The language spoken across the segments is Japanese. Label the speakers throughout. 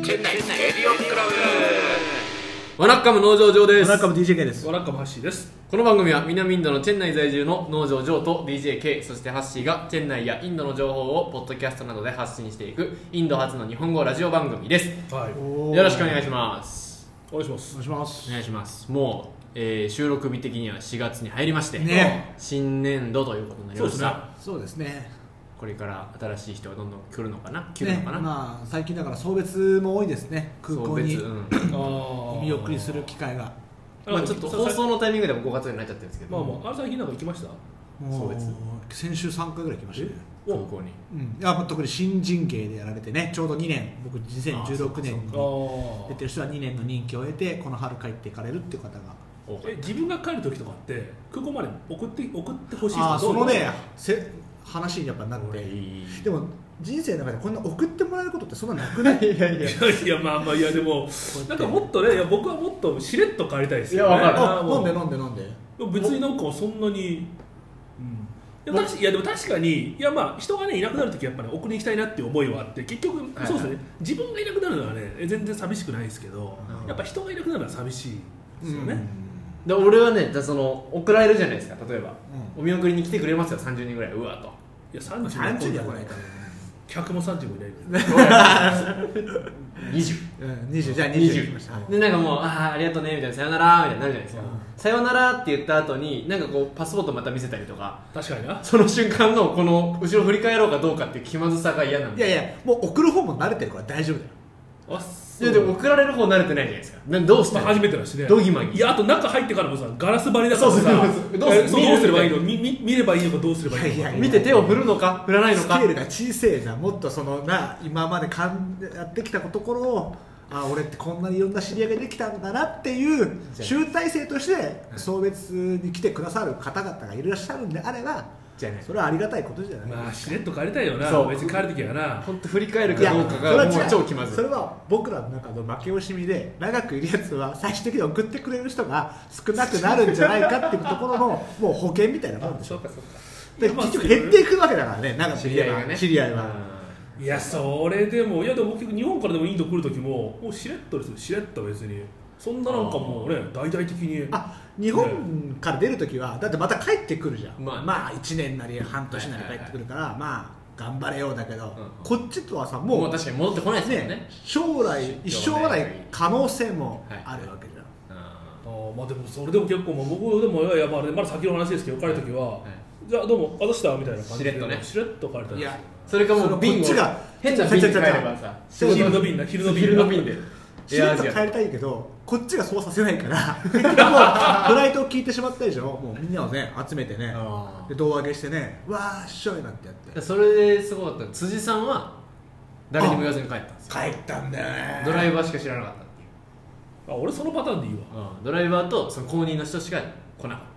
Speaker 1: チェンナイエリオンクラブ。ワナッカム農場上です。
Speaker 2: ワナッカム DJK です。
Speaker 3: ワナッカムハッシーです。
Speaker 1: この番組は南インドのチェンナイ在住の農場上と DJK そしてハッシーがチェンナイやインドの情報をポッドキャストなどで発信していくインド初の日本語ラジオ番組です。
Speaker 3: はい。
Speaker 1: よろしくお願いします。
Speaker 3: お願いします。
Speaker 2: お願いします。
Speaker 1: お願いします。もう、収録日的には4月に入りまして、
Speaker 2: ね、
Speaker 1: 新年度ということになりました。
Speaker 2: そうですね。
Speaker 1: これから新しい人がどんどん来るのかな、来るのかな、
Speaker 2: まあ、最近だから送別も多いですね。空港に見送りする機会が、
Speaker 1: まあ、ちょっと放送のタイミングでも5月になっちゃってるんですけど、
Speaker 3: あれ最近なんか行きました？
Speaker 1: 送別
Speaker 2: 先週3回ぐらい来ましたね、
Speaker 1: 空港に。
Speaker 2: いや特に新人芸でやられてね、ちょうど2年、僕2016年に出てる人は2年の任期を終えてこの春帰っていかれるっていう方が。
Speaker 3: 自分が帰る時とかって空港まで送ってほしい。
Speaker 2: そのね話にやっぱなって、でも人生の中でこんな送ってもらえることってそんななくない？いや
Speaker 3: まあいやでもなんかもっとね、いや僕はもっとしれっと帰りたいですよね。
Speaker 1: いや分か
Speaker 2: る。なんで
Speaker 3: 別になんかそんなに、いやでも確かにまあ人がねいなくなるときやっぱり、送りに行きたいなっていう思いはあって、結局そうですね、自分がいなくなるのはね全然寂しくないですけど、やっぱ人がいなくなるのは寂しいですよね。
Speaker 1: で俺はね、その送られるじゃないですか。例えば、お見送りに来てくれますよ、30人ぐらい。うわと。
Speaker 3: いや30人は来ないから、客も30もいない
Speaker 2: 20じゃあ20来ました。
Speaker 1: でなんかもうありがとうねみたいな、さよならみたいになるじゃないですか。さよならって言った後になんかこうパスポートまた見せたりとか、
Speaker 3: 確かにな、
Speaker 1: その瞬間のこの後ろ振り返ろうかどうかっていう気まずさが嫌なんで。
Speaker 2: いやもう送る方も慣れてるから大丈夫だよ。
Speaker 1: いやでも送られる方慣れてないじゃないですか。どうして
Speaker 3: 初めてだしね。
Speaker 1: ドギマギ。
Speaker 3: いやあと中入ってからもさ、ガラス張りだからさ、どうすればいいの、見ればいいのかどうすればいいのか、
Speaker 1: 見て手を振るのか振らないのか。
Speaker 2: スケールが小さいな。もっとその今までやってきたところを、俺ってこんなにいろんな知り合いができたんだなっていう集大成として送別に来てくださる方々がいらっしゃるんであれば、じゃそれはありがたいことじゃない。
Speaker 3: まあしれっと帰りたいよな。別に帰るときはな、
Speaker 1: 本当振り返るかどうかがもう超気まずい。
Speaker 2: それは僕らの中の負け惜しみで、長くいるやつは最終的に送ってくれる人が少なくなるんじゃないかっていうところのもう保険みたいなもんでしょ。で結局減っていくわけだからね、長くいれば知り合いは。
Speaker 3: いやそれでも、いやでも結局日本からでもインド来るときもうしれっとですよ。しれっと別にそんななんかもうね、大々的に
Speaker 2: 日本から出るときはだってまた帰ってくるじゃん。まあ1年なり半年なり帰ってくるから、まあ頑張れようだけど、こっちとはさもう
Speaker 1: 確かに戻ってこないですよね。
Speaker 2: 将来一生はない可能性もあるわけじゃん。
Speaker 3: まあでもそれでも結構、僕でもまだ先の話ですけど、帰るときはじゃあどうもあざしたみたいな感じでしれっと帰れたんですよ。
Speaker 1: それかもう瓶を変な瓶で帰ればさ、
Speaker 3: 昼の瓶で
Speaker 2: しれっと帰りたいけど、こっちがそうさせないから結局もうフライトを聞いてしまったでしょ。もうみんなをね集めてね、で胴上げしてね、わーっしょいなんてやって、
Speaker 1: それですごかった。辻さんは誰にも言わずに帰ったんですよ。
Speaker 2: 帰ったんだよね。
Speaker 1: ドライバーしか知らなかったっていう。
Speaker 3: 俺そのパターンでいいわ。
Speaker 1: ドライバーとその公認の人しか来なかった。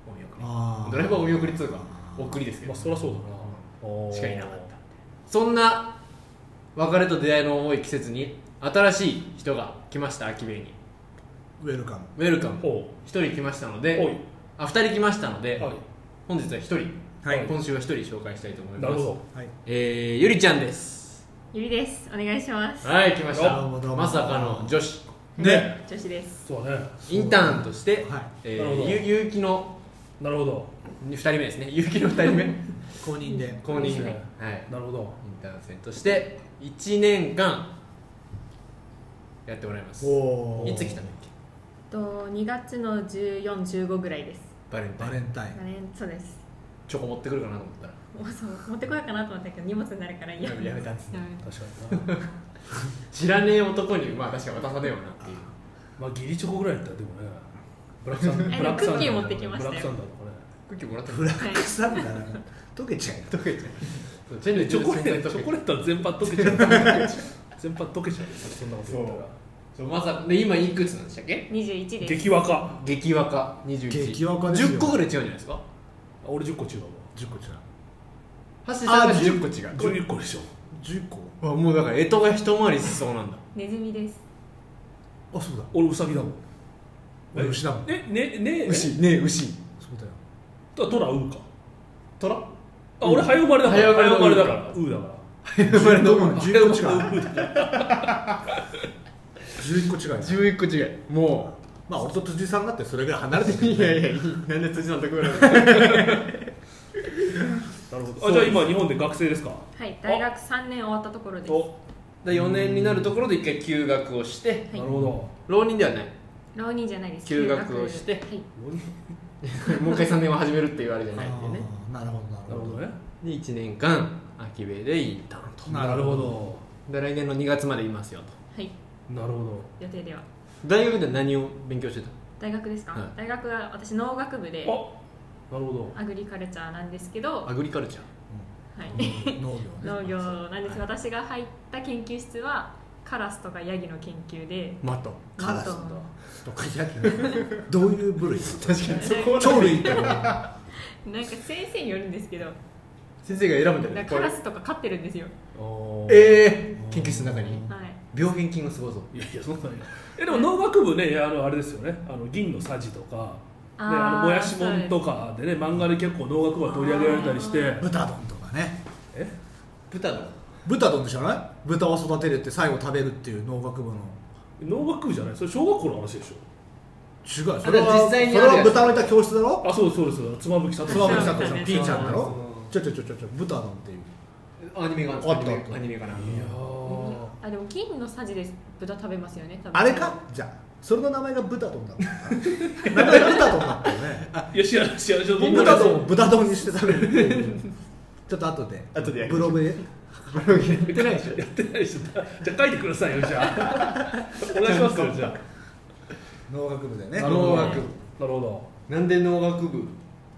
Speaker 1: お見送り。ドライバーお見送り通過送りですけど、
Speaker 3: そりゃそうだな、
Speaker 1: しかいなかった。そんな別れと出会いの多い季節に新しい人が来ました。秋部に
Speaker 2: ウェルカム
Speaker 1: 1人来ましたので、2人来ましたので、本日は1人、今週は1人紹介したいと思います。なるほど。ゆりちゃんです。
Speaker 4: ゆりです。お願いします。
Speaker 1: はい、来ました。まさかの女子
Speaker 4: ね、女子です。
Speaker 3: そうね。
Speaker 1: インターンとして結城の
Speaker 3: なるほど
Speaker 1: 2人目ですね。結城の2人目
Speaker 2: 公認で、
Speaker 1: はい、
Speaker 3: なるほど。
Speaker 1: インターン生として1年間やってもらいます。いつ来たんだっけ
Speaker 4: ？2月の14、15ぐらいです。
Speaker 1: バレンタイン。
Speaker 4: そうです。
Speaker 1: チョコ持ってくるかなと思ったら、
Speaker 4: そう持ってこようかなと思ったけど荷物になるからや
Speaker 1: めたんですね。
Speaker 3: 確かにな
Speaker 1: 知らねえ男に確か渡さねえよなっていう。
Speaker 3: 義理チョコぐらいだったらでもね、ブラック
Speaker 4: クッキー持ってきましたよ。
Speaker 3: ブラックサンダーとかね。
Speaker 1: クッキーもらった。
Speaker 2: ブラックサンダー溶けちゃう。
Speaker 3: チョコレートは全般溶けちゃう。全般溶けちゃう。そんなこと言ったら。
Speaker 1: まさで今いくつなんでしたっけ
Speaker 4: ？21です。
Speaker 3: 激若
Speaker 1: 21。
Speaker 2: 激若ですよ。
Speaker 1: 10個ぐらい違うんじゃないですか。
Speaker 3: 俺10個違うわ。
Speaker 2: 10個違う。
Speaker 1: 橋さんが10個違う。
Speaker 3: 11個でしょ。
Speaker 2: 10個。
Speaker 1: もうだから干支が一回りしそうなんだ。
Speaker 4: ネズミです。
Speaker 2: そうだ。
Speaker 3: 俺ウサギだもん。
Speaker 2: 俺牛だもん。
Speaker 1: 牛。
Speaker 2: そうだよ。
Speaker 3: トラウーか。
Speaker 1: トラ？
Speaker 3: 俺早生まれだから。ウーだから。
Speaker 2: どこも11個違う11個違い
Speaker 1: 11個違いも
Speaker 2: まあ俺と辻さんだってそれぐらい離れてる
Speaker 1: ういやいやなんで辻さんと比べる
Speaker 3: なるほど。じゃあ今日本で学生ですか？
Speaker 4: はい、大学3年終わったところです。
Speaker 3: お、
Speaker 1: で4年になるところで一回休学をして、
Speaker 4: はい
Speaker 3: なるほど。
Speaker 1: 浪人ではない
Speaker 4: 浪人じゃないです。
Speaker 1: 休学をして
Speaker 4: はい、
Speaker 1: もう一回3年を始めるっていうあれじゃないっていうね
Speaker 2: なるほど
Speaker 3: なるほどね。
Speaker 1: で1年間秋部でインターンと
Speaker 3: なるほど。
Speaker 1: で来年の2月までいますよと
Speaker 4: はい、
Speaker 3: なるほど。
Speaker 4: 予定では。
Speaker 1: 大学で何を勉強してた？
Speaker 4: 大学ですか？
Speaker 1: はい
Speaker 4: 大学は私農学部で
Speaker 3: あ、なるほど。
Speaker 4: アグリカルチャーなんですけど、
Speaker 1: アグリカルチャー
Speaker 4: はい、
Speaker 2: 農業ね
Speaker 4: 農業なんですが、私が入った研究室はカラスとかヤギの研究で、
Speaker 1: マット
Speaker 2: カラス
Speaker 4: あと
Speaker 2: とかヤギどういう部類
Speaker 1: 確かにそこ
Speaker 2: 鳥類って
Speaker 4: なんか先生によるんですけど、
Speaker 1: 先生が選ぶんだよね
Speaker 4: なんかカラスとか飼ってるんですよ。
Speaker 1: 研究室の中に
Speaker 4: はい。
Speaker 1: 病原菌がすごいぞ
Speaker 3: いやいや、そんなに。でも農学部ね、あれですよね。銀のさじとか。ね、もやしもんとかでね、漫画で結構農学部は取り上げられたりして。
Speaker 2: 豚丼とかね
Speaker 3: え、
Speaker 1: 豚の
Speaker 2: 豚丼で知らない豚を育てるって最後食べるっていう農学部の
Speaker 3: 農学部じゃない？それ小学校の話でしょ。
Speaker 2: 違うそれは
Speaker 1: 実際に
Speaker 2: それは豚のいた教室だろ
Speaker 3: あ、そうですそうです。妻夫木聡。
Speaker 2: つまぶきさんと
Speaker 4: そうです
Speaker 2: ピーちゃんだろ
Speaker 1: そ
Speaker 2: ちょ豚丼っていう
Speaker 1: アニメがあるん
Speaker 2: あった
Speaker 1: ですアニメかない
Speaker 3: や
Speaker 4: あ、でも銀のさじで豚食べますよね。多分
Speaker 2: あれかじゃあそれの名前が豚丼だもんな名前豚丼だったよね
Speaker 3: いや、知らない知らない。ちょっと
Speaker 2: 豚丼を豚丼にして食べるっていうちょっと後で
Speaker 1: 後でやる
Speaker 2: ブログで
Speaker 1: やってないでしょ
Speaker 3: やってないでしょ。じゃあ書いてくださいよ、じゃあ。お願いしますよ、じゃ
Speaker 2: 農学部でね
Speaker 3: あ。
Speaker 1: 農学
Speaker 3: なるほど。
Speaker 1: なんで農学部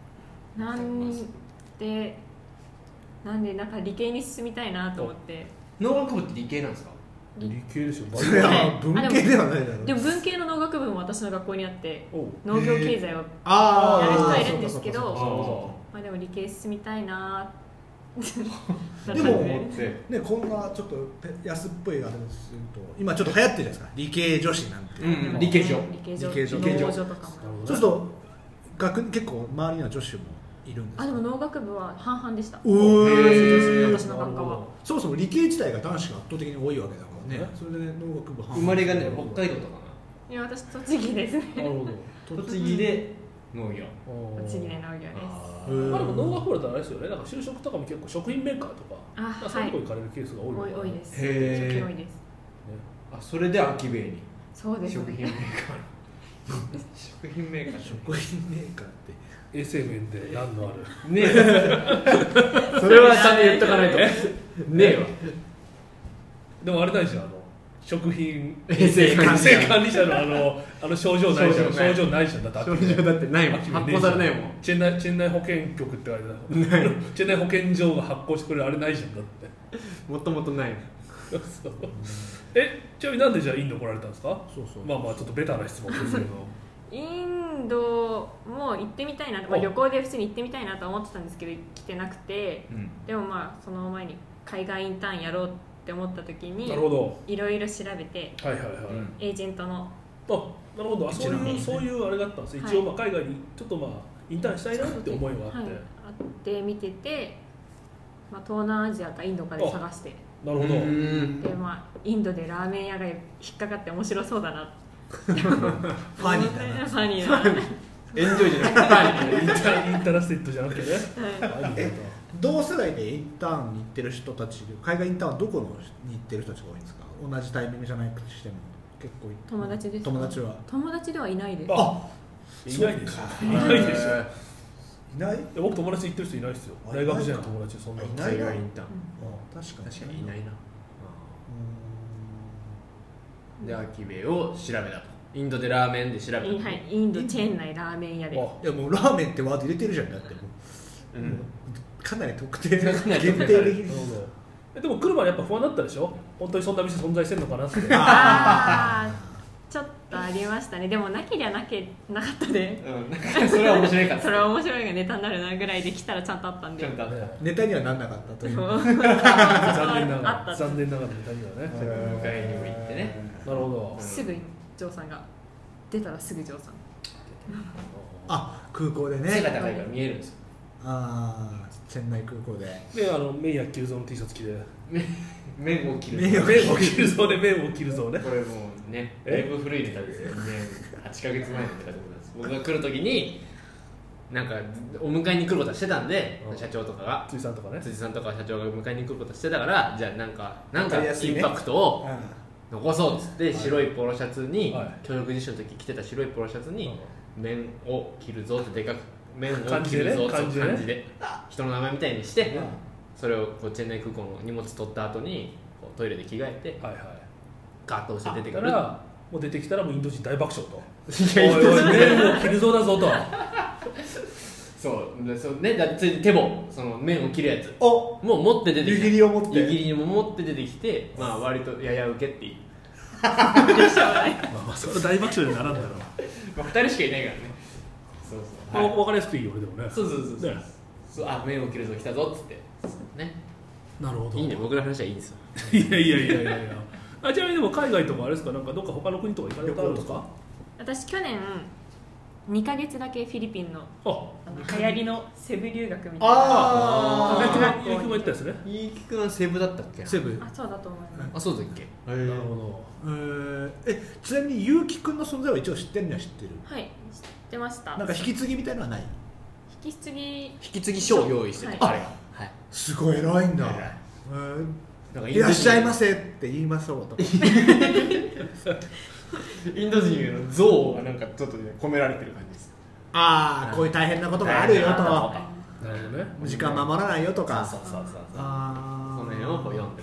Speaker 4: なんでなんか理系に進みたいなと思って。
Speaker 1: 農学部って理系なんですか？
Speaker 3: 理系ですよ。
Speaker 2: それは文系ではないだろう
Speaker 4: でも文系の農学部も私の学校にあって、
Speaker 3: おう
Speaker 4: 農業経済を
Speaker 2: あ
Speaker 4: やる人はいるんですけど
Speaker 2: そうかそうかそ
Speaker 4: まあでも理系進みたいな
Speaker 2: でも
Speaker 4: ね
Speaker 2: うねこんなちょっと安っぽいあれですると今ちょっと流行ってるじゃないですか理系女子なんて、
Speaker 1: うん理系女
Speaker 4: 理系女
Speaker 2: 理系女
Speaker 4: 農女とかも
Speaker 2: そうすると結構周りには女子もいるんですか
Speaker 4: あでも農学部は半々でした
Speaker 2: おー
Speaker 4: 私の学科は
Speaker 2: そもそも理系自体が男子が圧倒的に多いわけだからねそれでね農学部
Speaker 1: 生まれがね北海道とか
Speaker 4: いや私栃木ですね
Speaker 3: なるほど。
Speaker 1: な栃木で農業
Speaker 4: 栃木で農業です
Speaker 3: まあでも農学部だったらあれですよね。なんか就職とかも結構食品メーカーとか、
Speaker 4: あ
Speaker 3: なんかそういうとこ行かれるケースが多いのかな。
Speaker 4: 多いです
Speaker 1: へー
Speaker 4: 食品多いです
Speaker 1: あそれで秋兵衛に
Speaker 4: そうです
Speaker 1: 食品メー
Speaker 4: ね
Speaker 1: カー食品メーカー
Speaker 2: 食品メーカーって
Speaker 3: 衛生面で難のある。
Speaker 1: ねえそれはちゃんと言っとかないとねえわ
Speaker 3: でもあれないじゃん、食品
Speaker 1: 衛生管理者
Speaker 3: 衛生管理者のあの症状ないじゃん。
Speaker 1: 症状ない
Speaker 3: 症状ないじゃん。だって
Speaker 1: 症状だってないもん発行されないもん
Speaker 3: チェンナイ保健局ってあれだ。チェンナイ保健所が発行してくれるあれないじゃんだって。
Speaker 1: もともとないもん
Speaker 3: そうちなみになんでじゃあインド来られたんですか？
Speaker 2: そうそう
Speaker 3: まあまあちょっとベタな質問ですけど。
Speaker 4: インドも行ってみたいなと、まあ、旅行で普通に行ってみたいなと思ってたんですけど来てなくてでもまあその前に海外インターンやろうって思った時に
Speaker 3: なるほど。
Speaker 4: いろいろ調べて
Speaker 3: はいはいはい。
Speaker 4: エージェントの
Speaker 3: あ、なるほど。あ、そういうあれがあったんです。一応まあ海外にちょっとまあインターンしたいなって思いがあって。
Speaker 4: はい、あって見てて、まあ、東南アジアかインドかで探して
Speaker 3: なるほど。
Speaker 4: で、まあ、インドでラーメン屋が引っかかって面白そうだな
Speaker 2: ファニーだな
Speaker 4: ファニーだな
Speaker 1: エンジョイじゃなくてパニー
Speaker 3: インタラステッドじゃなくてね。
Speaker 2: え同世代でインターンに行ってる人たち海外インターンはどこのに行ってる人たちが多いんですか同じタイミングじゃなくしても結構
Speaker 4: 友達ですか
Speaker 2: 友達は
Speaker 4: 友達ではいないです
Speaker 3: あいないでしょ。いないでしょ。
Speaker 2: いない
Speaker 3: 僕友達行ってる人いないですよ。
Speaker 2: あ
Speaker 3: 大学時代の友達そんな。
Speaker 2: いない
Speaker 1: 海外インターン
Speaker 2: 確かに
Speaker 1: 確かにいないな
Speaker 2: う
Speaker 1: で秋兵衛を調べたとインドでラーメンで調べたと
Speaker 4: はい、インドチェーン内ラーメン屋で
Speaker 3: あ
Speaker 2: んいやもうラーメンってワード入れてるじゃんだってもう、
Speaker 1: うん
Speaker 2: かなり特定
Speaker 1: かなり
Speaker 2: 限定的
Speaker 3: なる
Speaker 2: に
Speaker 3: ほど。でも来る前やっぱ不安だったでしょ。本当にそんな店存在してんのかなって。
Speaker 4: あーちょっとありましたねでもなけりゃなかったで
Speaker 1: うんなんかそれは面白いかった
Speaker 4: それは面白いがネタになるなぐらいできたらちゃんとあったんで
Speaker 1: ちゃんとあった
Speaker 3: ね
Speaker 2: ネタにはなんなかったという
Speaker 3: 残念ながら
Speaker 4: あった
Speaker 3: 残念ながらネタにはね。
Speaker 1: 迎えにも行ってね
Speaker 3: なるほど。
Speaker 4: すぐジョーさんが出たらすぐジョーさん
Speaker 2: あ空港でね
Speaker 1: 背が高いから見えるんですよ
Speaker 2: チェンナイ空港で
Speaker 3: で麺屋切るぞの T シャツ着て
Speaker 1: 麺を切る
Speaker 3: 麺を切るぞで麺を切るぞね。
Speaker 1: これもうねだいぶ古いネタですよね。8ヶ月前のネタでございます。僕が来る時になんかお迎えに来ることはしてたんで、社長とかが
Speaker 3: 辻さんとかね、
Speaker 1: 辻さんとか社長が迎えに来ることしてたから、じゃあなんかインパクトを残そうっつって、白いポロシャツに、教育実習の時着てた白いポロシャツに、麺を切るぞってでかく麺を切るぞって感じで人の名前みたいにして、それをこうチェンナイ空港の荷物取った後にこうトイレで着替えて、ガーッと押して出てくる。
Speaker 3: もう出てきたらもうインド人大爆笑と
Speaker 1: いや
Speaker 3: おいおい麺を切るぞだぞと
Speaker 1: そうね、だって手もその麺を切るやつ
Speaker 2: も
Speaker 1: う持って出てきて、
Speaker 2: 湯切りを持って
Speaker 1: 湯切りも持って出てきて、まあ割とやや受けっていう
Speaker 3: まあそれは大爆笑にならんだろう
Speaker 1: まあ2人しかいないからね。そうそう、はい、
Speaker 3: 分かりやすくいいよ俺でもね。
Speaker 1: そう
Speaker 3: ね、
Speaker 1: あ、麺を切るぞ来たぞっつってね。
Speaker 3: なるほど。
Speaker 1: いいね、僕の話はいいんですよ。
Speaker 3: いやちなみにでも海外とかあれですか、なんかどっか他の国とか行かれたことあるんですか？
Speaker 4: 私去年2ヶ月だけフィリピンの流行りのセブ留学みたいな語学学校に。
Speaker 3: ゆうきも行ったやつね。
Speaker 1: ゆうきくんはセブだったっけ？
Speaker 2: セブ。
Speaker 4: そうだと思います。
Speaker 1: あ、そうだっけ？
Speaker 3: なるほど。
Speaker 2: ちなみにゆうきくんの存在は一応知ってるには知ってる？
Speaker 4: はい、知ってました。
Speaker 2: なんか引き継ぎみたいなのはない？
Speaker 4: 引き継ぎ
Speaker 1: 書を用意してて、
Speaker 4: はい、
Speaker 2: すごい偉いんだ。いらっしゃいませって言いましょうとか。
Speaker 1: インド人への像がなんかちょっとね込められてる感じです。
Speaker 2: こういう大変なことがあるよと、
Speaker 3: なるほどね、
Speaker 2: 時間守らないよとか、
Speaker 1: そうその辺をこう読んでもらって。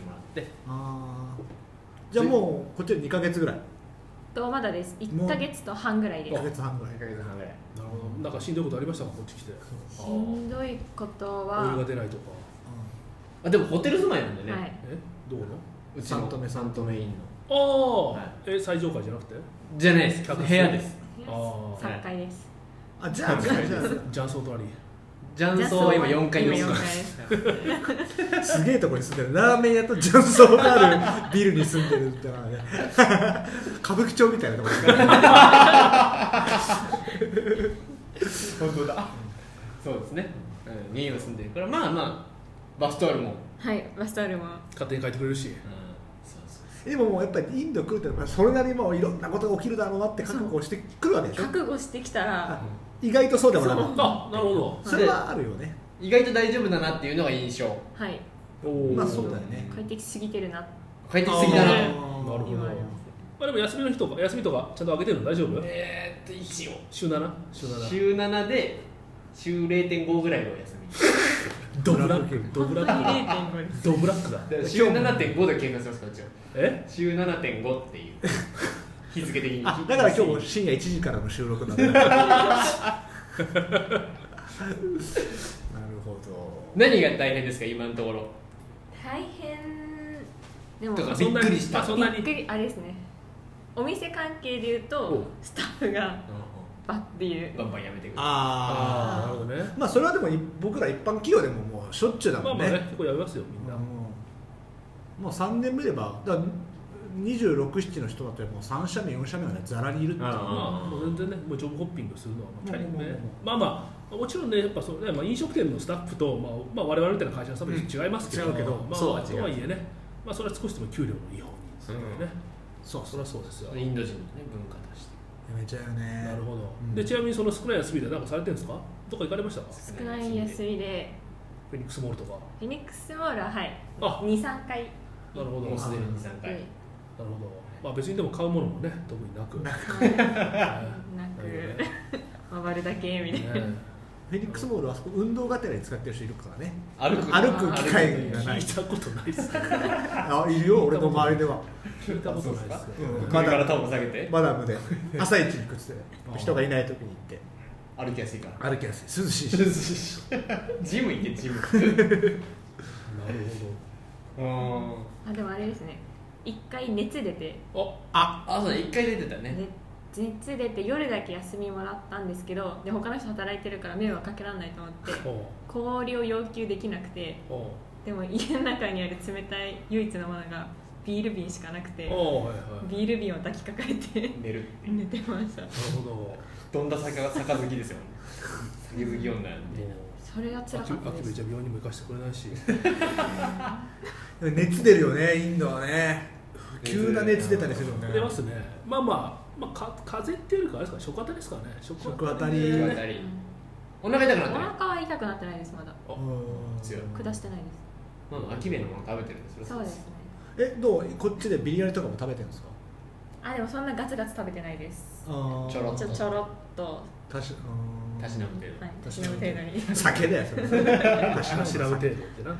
Speaker 2: じゃあもうこっちで2ヶ月ぐらい
Speaker 4: とまだです。1ヶ月と半ぐらいです。
Speaker 2: 1ヶ月半ぐらい。
Speaker 1: なるほ
Speaker 3: ど。なんかしんどいことありましたか、こっち来て？
Speaker 4: しんどいことは
Speaker 3: お湯が出ないとか。
Speaker 1: でもホテル住まいなんでね。
Speaker 3: どうの？
Speaker 1: うちのサントメインの。
Speaker 3: 最上階じゃなくて？
Speaker 1: じゃないです。部屋です。
Speaker 4: 3階です。
Speaker 2: じゃあ
Speaker 3: 雀荘隣。
Speaker 1: 雀荘は今4階に住んで
Speaker 2: ます。すげえところに住んでる。ラーメン屋と雀荘があるビルに住んでるってのはね、歌舞伎町みたいなところですね。
Speaker 1: 本当だ。そうですね。2今住んでるから、まあバスタオルも、
Speaker 4: バスタオルも
Speaker 3: 勝手に書いてくれるし。
Speaker 2: でももうやっぱりインド来るとそれなりにもういろんなことが起きるだろうなって覚悟してくるわけでしょ。
Speaker 4: 覚悟してきたら
Speaker 2: 意外とそうでもなかった。
Speaker 3: なるほど。
Speaker 2: それはあるよね。
Speaker 1: 意外と大丈夫だなっていうのが印象。
Speaker 4: はい。
Speaker 2: まあそうだよね。
Speaker 4: 快適すぎてるな。
Speaker 1: 快適すぎだな。
Speaker 3: なるほど。まあでも休みの日とか休みとかちゃんと開けてるの大丈夫？
Speaker 1: 一応
Speaker 3: 週 7？
Speaker 1: 週7で週 0.5 ぐらいの休み。
Speaker 3: ドブラックだ。
Speaker 1: 週 7.5 で計算しますか、うちは。週 7.5 っていう日付的に。
Speaker 2: だから今日も深夜1時からの収録なんで。なるほど。
Speaker 1: 何が大変ですか、今のところ？
Speaker 4: 大変でも
Speaker 1: びっくりした。
Speaker 4: そんなにあれですね。お店関係でいうとスタッフがバンバン
Speaker 1: やめてくる。
Speaker 3: なるほどね。
Speaker 2: まあそれはでも僕ら一般企業でももうしょっちゅうだもんね。
Speaker 3: 結構やめますよみんな。
Speaker 2: もう3年目ればだ26、7の人だともう3社目4社目はねざらにいるって。
Speaker 3: もう全然ね、もうジョブホッピングするのはキャリアね。もちろんね、やっぱそうね、飲食店のスタッフと我々みたいな会社のスタッフと違いますけど、
Speaker 2: 違うけど、
Speaker 3: とはいえね、それは少しでも給料のいい方にするね。それはそうですよ。
Speaker 1: インド人のね文化として。
Speaker 2: やめちゃうよね。
Speaker 3: なるほど。でちなみにその少ない休みで何かされてるんですか？どこ行かれましたか？
Speaker 4: 少ない休みで
Speaker 3: フェニックスモールとか。
Speaker 4: フェニックスモールは2、3回。
Speaker 3: なるほど。
Speaker 1: もうすでに2、3回。
Speaker 3: なるほど。別にでも買うものもね特になく。
Speaker 4: 回るだけみたいな。
Speaker 2: フェニックスモールは運動がてらに使ってる人いるからね。
Speaker 1: 歩く機会がない。
Speaker 3: 聞いたことないですね。
Speaker 2: いるよ、俺の周りでは。
Speaker 3: 聞いたことないです。
Speaker 1: 首からタオル下げて
Speaker 2: マダムで朝一に靴で人がいない時に行って
Speaker 1: 歩きやすいから。
Speaker 2: 歩きやすい、涼しいし。
Speaker 1: ジム行ってジム。な
Speaker 3: るほ
Speaker 4: ど。でもあれですね、一回熱出て。
Speaker 1: そう1回出てたね。
Speaker 4: 熱出て夜だけ休みもらったんですけど、で他の人働いてるから迷惑かけられないと思って氷を要求できなくて、でも家の中にある冷たい唯一のものがビール瓶しかなくて、ビール瓶を抱きかかえて寝てました。
Speaker 3: なるほど。
Speaker 1: どんな酒好きですよね。酒好き女なんで。
Speaker 4: それは辛かったです。
Speaker 3: 秋部じゃ病院にも行かせてくれないし
Speaker 2: 熱出るよね、インドはね。急な熱出たりするよね。
Speaker 3: 出ますね。まあ風邪っていうよりかあれですか、食当たりですかね。
Speaker 2: 食当たり。
Speaker 1: お腹痛くなって
Speaker 4: お
Speaker 1: ない。
Speaker 4: 腹は痛くなってないですまだ。
Speaker 1: 強い。
Speaker 4: 下してないです。
Speaker 1: まあ秋部のもの食べてるんですよ。
Speaker 4: そうですね。
Speaker 2: どうこっちでビリヤニとかも食べてるんですか？
Speaker 4: でもそんなガツガツ食べてないです。
Speaker 1: ちょろっと
Speaker 2: たし
Speaker 1: なむ程度。
Speaker 4: はい、たしなむ程度に。
Speaker 2: 酒だよそれ。
Speaker 3: たしなむ程度ってなんだ。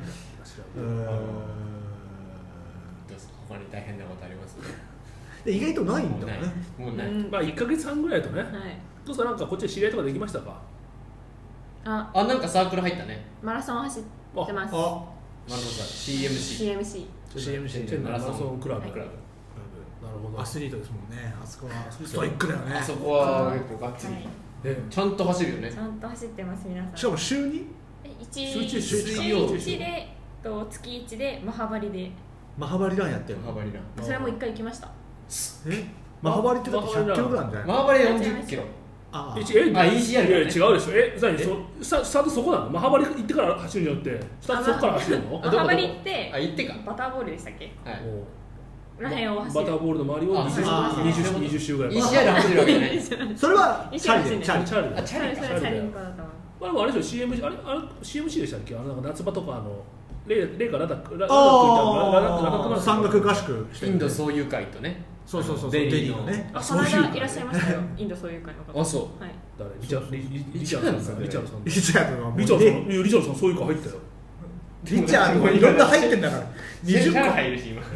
Speaker 1: 他に大変なことあります？
Speaker 2: 意外とないんだね。
Speaker 1: もうない。
Speaker 3: まあ1ヶ月半ぐらいとね。
Speaker 4: はい。
Speaker 3: どうですか、なんかこっちで知り合いとかできましたか？
Speaker 1: なんかサークル入ったね。
Speaker 4: マラソン走ってます。
Speaker 1: マラソン
Speaker 4: CMC
Speaker 3: マラソンクラブ。なるほど。
Speaker 2: アスリートですもんね。あそこはストイックだよね。
Speaker 1: あそこは結構ガッツリ。ちゃんと走るよね。
Speaker 4: ちゃんと走ってます皆さん。
Speaker 2: しかも週に
Speaker 4: 週1で月1でマハバリで。
Speaker 2: マハバリランやってるの？
Speaker 4: それも1回行きました。
Speaker 2: マハバリってだって100キロぐらいじゃない？
Speaker 1: マハバリ40キロ。
Speaker 3: ECR
Speaker 1: ね。
Speaker 3: 違うでしょ。スタートそこなの？マハバリ行ってから走るんじゃなくて、スタートそこから走るの？
Speaker 4: マハバリ行って
Speaker 1: か。
Speaker 4: バターボールでしたっけ？
Speaker 1: はい。
Speaker 4: らへんを走る。
Speaker 3: バターボールの周りを20周ぐらい。
Speaker 1: ECR 走るわけじゃない。
Speaker 2: それはチャリで。
Speaker 4: チャリンコだったわ。
Speaker 3: これもあれでしょ、CMC でしたっけ？なんか夏場とかレイかラダック
Speaker 2: 山岳合宿
Speaker 1: インド総友会とね。
Speaker 2: そうデリーのね。
Speaker 4: この間いらっしゃいましたよ、インド総友会の方。
Speaker 1: そう。
Speaker 4: はい。
Speaker 3: 誰？リチャードさんそういう会入ったよ。
Speaker 2: リチャードもいろんな入ってんだから。
Speaker 1: 20個入るし今。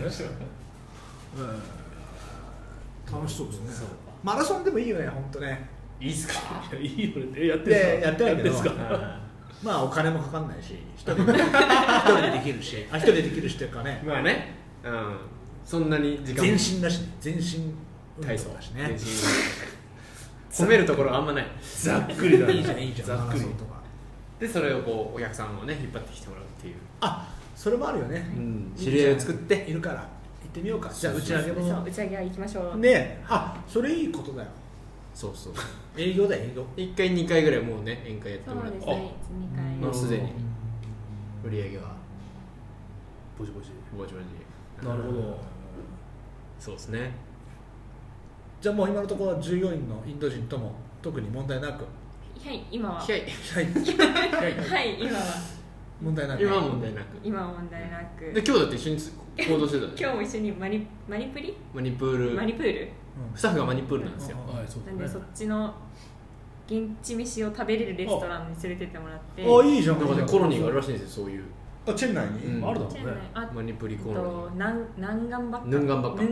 Speaker 2: 楽しそうですね。マラソンでもいいよね、本当ね。
Speaker 1: いいっすか？
Speaker 3: いいよね。やってないけど。
Speaker 2: まあお金もかかんないし、一人でできるし、一人でできるしっていうかね。
Speaker 1: まあね。そんなに時間
Speaker 2: 全身だしね、全身体操だしね。
Speaker 1: 褒めるところあんまない。
Speaker 3: ざっくりだ。
Speaker 2: いいじゃん
Speaker 3: ざっくり
Speaker 2: とか。
Speaker 1: でそれをこうお客さんをね引っ張ってきてもらうっていう。
Speaker 2: それもあるよね。
Speaker 1: 知り合いを作って
Speaker 2: いるから行ってみようか。じゃあ打ち上げも。
Speaker 4: 打ち上げは行きましょう。
Speaker 2: ね、それいいことだよ。
Speaker 1: そう
Speaker 2: 営業だよ営業。
Speaker 1: 1回2回ぐらいもうね宴会やってもらって。
Speaker 4: そうですね、1、2回。
Speaker 1: もうすでに売り上げは
Speaker 3: ぼちぼち。
Speaker 1: なるほど。そうですね。
Speaker 2: じゃあもう今のところは従業員のインド人とも特に問題なく。
Speaker 4: はい今は。
Speaker 1: はい。
Speaker 4: 今は。
Speaker 2: 問題なく。
Speaker 4: 今は問題なく。
Speaker 1: で今日だって一緒に行動してた。
Speaker 4: 今日も一緒にマニプール。
Speaker 1: スタッフがマニプールなんですよ。
Speaker 4: なんでそっちの現地飯を食べれるレストランに連れてってもらって。
Speaker 2: いいじゃん。
Speaker 1: なんかねコロニーがあるらしいんですよ、そういう。
Speaker 2: チェン内に
Speaker 3: あるだろうね。
Speaker 1: マニプリコロニ
Speaker 4: ー。ナンガンバッカ。
Speaker 1: ヌンガンバッカ。
Speaker 4: で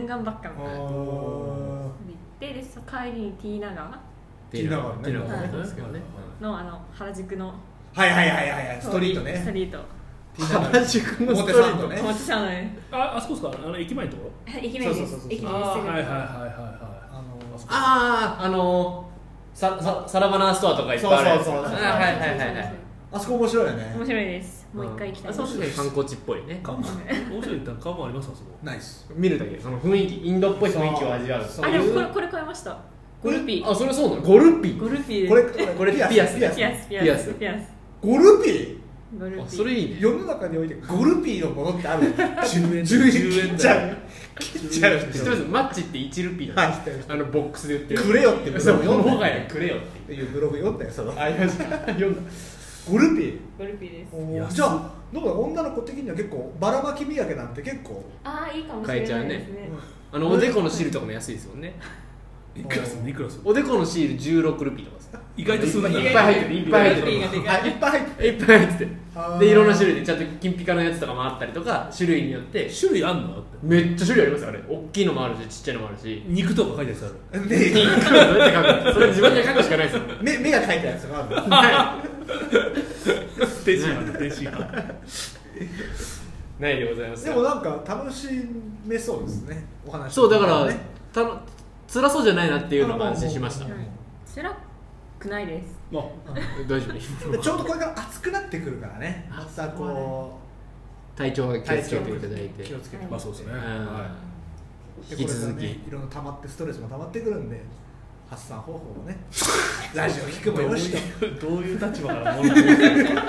Speaker 4: 帰りにティーナ川の原宿の
Speaker 2: ストリートね。
Speaker 1: 原宿のストリートね。
Speaker 3: あそこですか？駅前のところ？
Speaker 4: 駅前です。駅前です。
Speaker 1: サラバナストアとかいっぱいある。
Speaker 2: あそこ面白いよね。
Speaker 4: 面白いです。もう一回行きたい。
Speaker 1: そうですね、観光地っぽいね。
Speaker 3: 面白い顔もありますか？そこ。
Speaker 2: ナイス。
Speaker 1: 見るだけ、その雰囲気、インドっぽい雰囲気を味わう。
Speaker 4: でもこれ買いました。ゴルピー。
Speaker 1: それそうなの？ゴルピー。
Speaker 2: これピアス。ゴルピー。
Speaker 1: それいいね。
Speaker 2: 世の中においてゴルピーのものってある？10円切っちゃう。
Speaker 1: 知ってます？マッチって1ルピーなんです。ボックスで売ってる。
Speaker 2: くれよってブログ読んだ。
Speaker 1: もはやくれよって
Speaker 2: いうブログ読んだよ。
Speaker 1: 読んだ。
Speaker 2: ゴルピー。
Speaker 4: ゴルピーです。
Speaker 2: じゃあどうだ、女の子的には結構バラマキ土産なんて結構
Speaker 4: いいかもしれないですね。
Speaker 1: おでこのシールとかも安いですもんね。
Speaker 3: いくらする？
Speaker 1: おでこのシール16ルピーとかです。
Speaker 3: 意外とするんだ。
Speaker 1: いっぱい入ってる。いっぱい入ってて、でいろんな種類でちゃんと金ピカのやつとかもあったりとか、種類によって
Speaker 3: 種類あんの？
Speaker 1: めっちゃ種類ありますよ。あれ大きいのもあるしちっちゃいのもあるし、
Speaker 3: 肉とか書いてある。
Speaker 1: 肉どうやって書く？それ自分で書くしかないですよ。
Speaker 2: 目が書いてあるやつがある。
Speaker 3: 天津飯
Speaker 1: ないでございます。
Speaker 2: でもなんか楽しめそうですね、お話。
Speaker 1: そうだから辛そうじゃないなっていうのが安心しました。
Speaker 4: 辛くないです。
Speaker 1: 大丈夫。
Speaker 2: ちょうどこれから暑くなってくるからね、またこ
Speaker 1: う体調が気をつけていただいて。
Speaker 2: 気をつけて。
Speaker 3: そうですね。
Speaker 1: 引き続き
Speaker 2: いろんな溜まってストレスも溜まってくるんで、 発散方法をねラジオ聞くもよしと
Speaker 3: どういう立場から物申してるんですか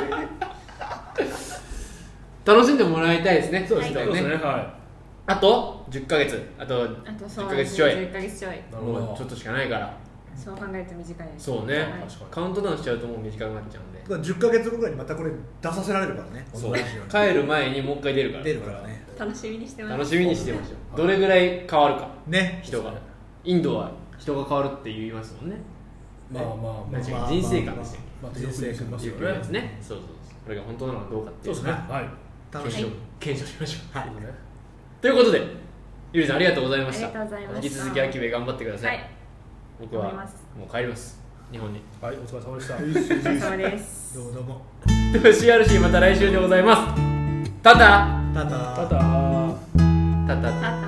Speaker 1: 楽しんでもらいたいですね。
Speaker 3: そうですね、はい。
Speaker 1: あと10ヶ月、あと10ヶ月ちょい、
Speaker 4: 10ヶ月ちょい、
Speaker 1: もうちょっとしかないから。
Speaker 4: そう考えると短いです。
Speaker 1: そうね、カウントダウンしちゃうともう短くなっちゃうんで、
Speaker 2: 10ヶ月後ぐらいにまたこれ出させられるからね。
Speaker 1: そう、帰る前にもう一回出るから
Speaker 2: ね。
Speaker 4: 楽しみにしてます。
Speaker 1: 楽しみにしてましょう。どれぐらい変わるか
Speaker 2: ね、
Speaker 1: 人が。インドは人が変わるって言いますもんね。
Speaker 3: まあ
Speaker 1: 人生観ですよ。
Speaker 3: 人生観ですよ
Speaker 1: ね。そうそう、これが本当なのかどうかっていう。
Speaker 3: そうですね。はい。
Speaker 1: 検証しましょう。はい。ということで、ゆりさんありがとうございました。
Speaker 4: ありがとうございました。
Speaker 1: 引き続きアキベ頑張ってください。僕はもう帰ります。日本に。
Speaker 3: はい、お疲れ様でした。
Speaker 4: お疲れ様です。
Speaker 2: どうも。
Speaker 1: CRC また来週でございます。タタ
Speaker 3: タタ
Speaker 1: タタタタ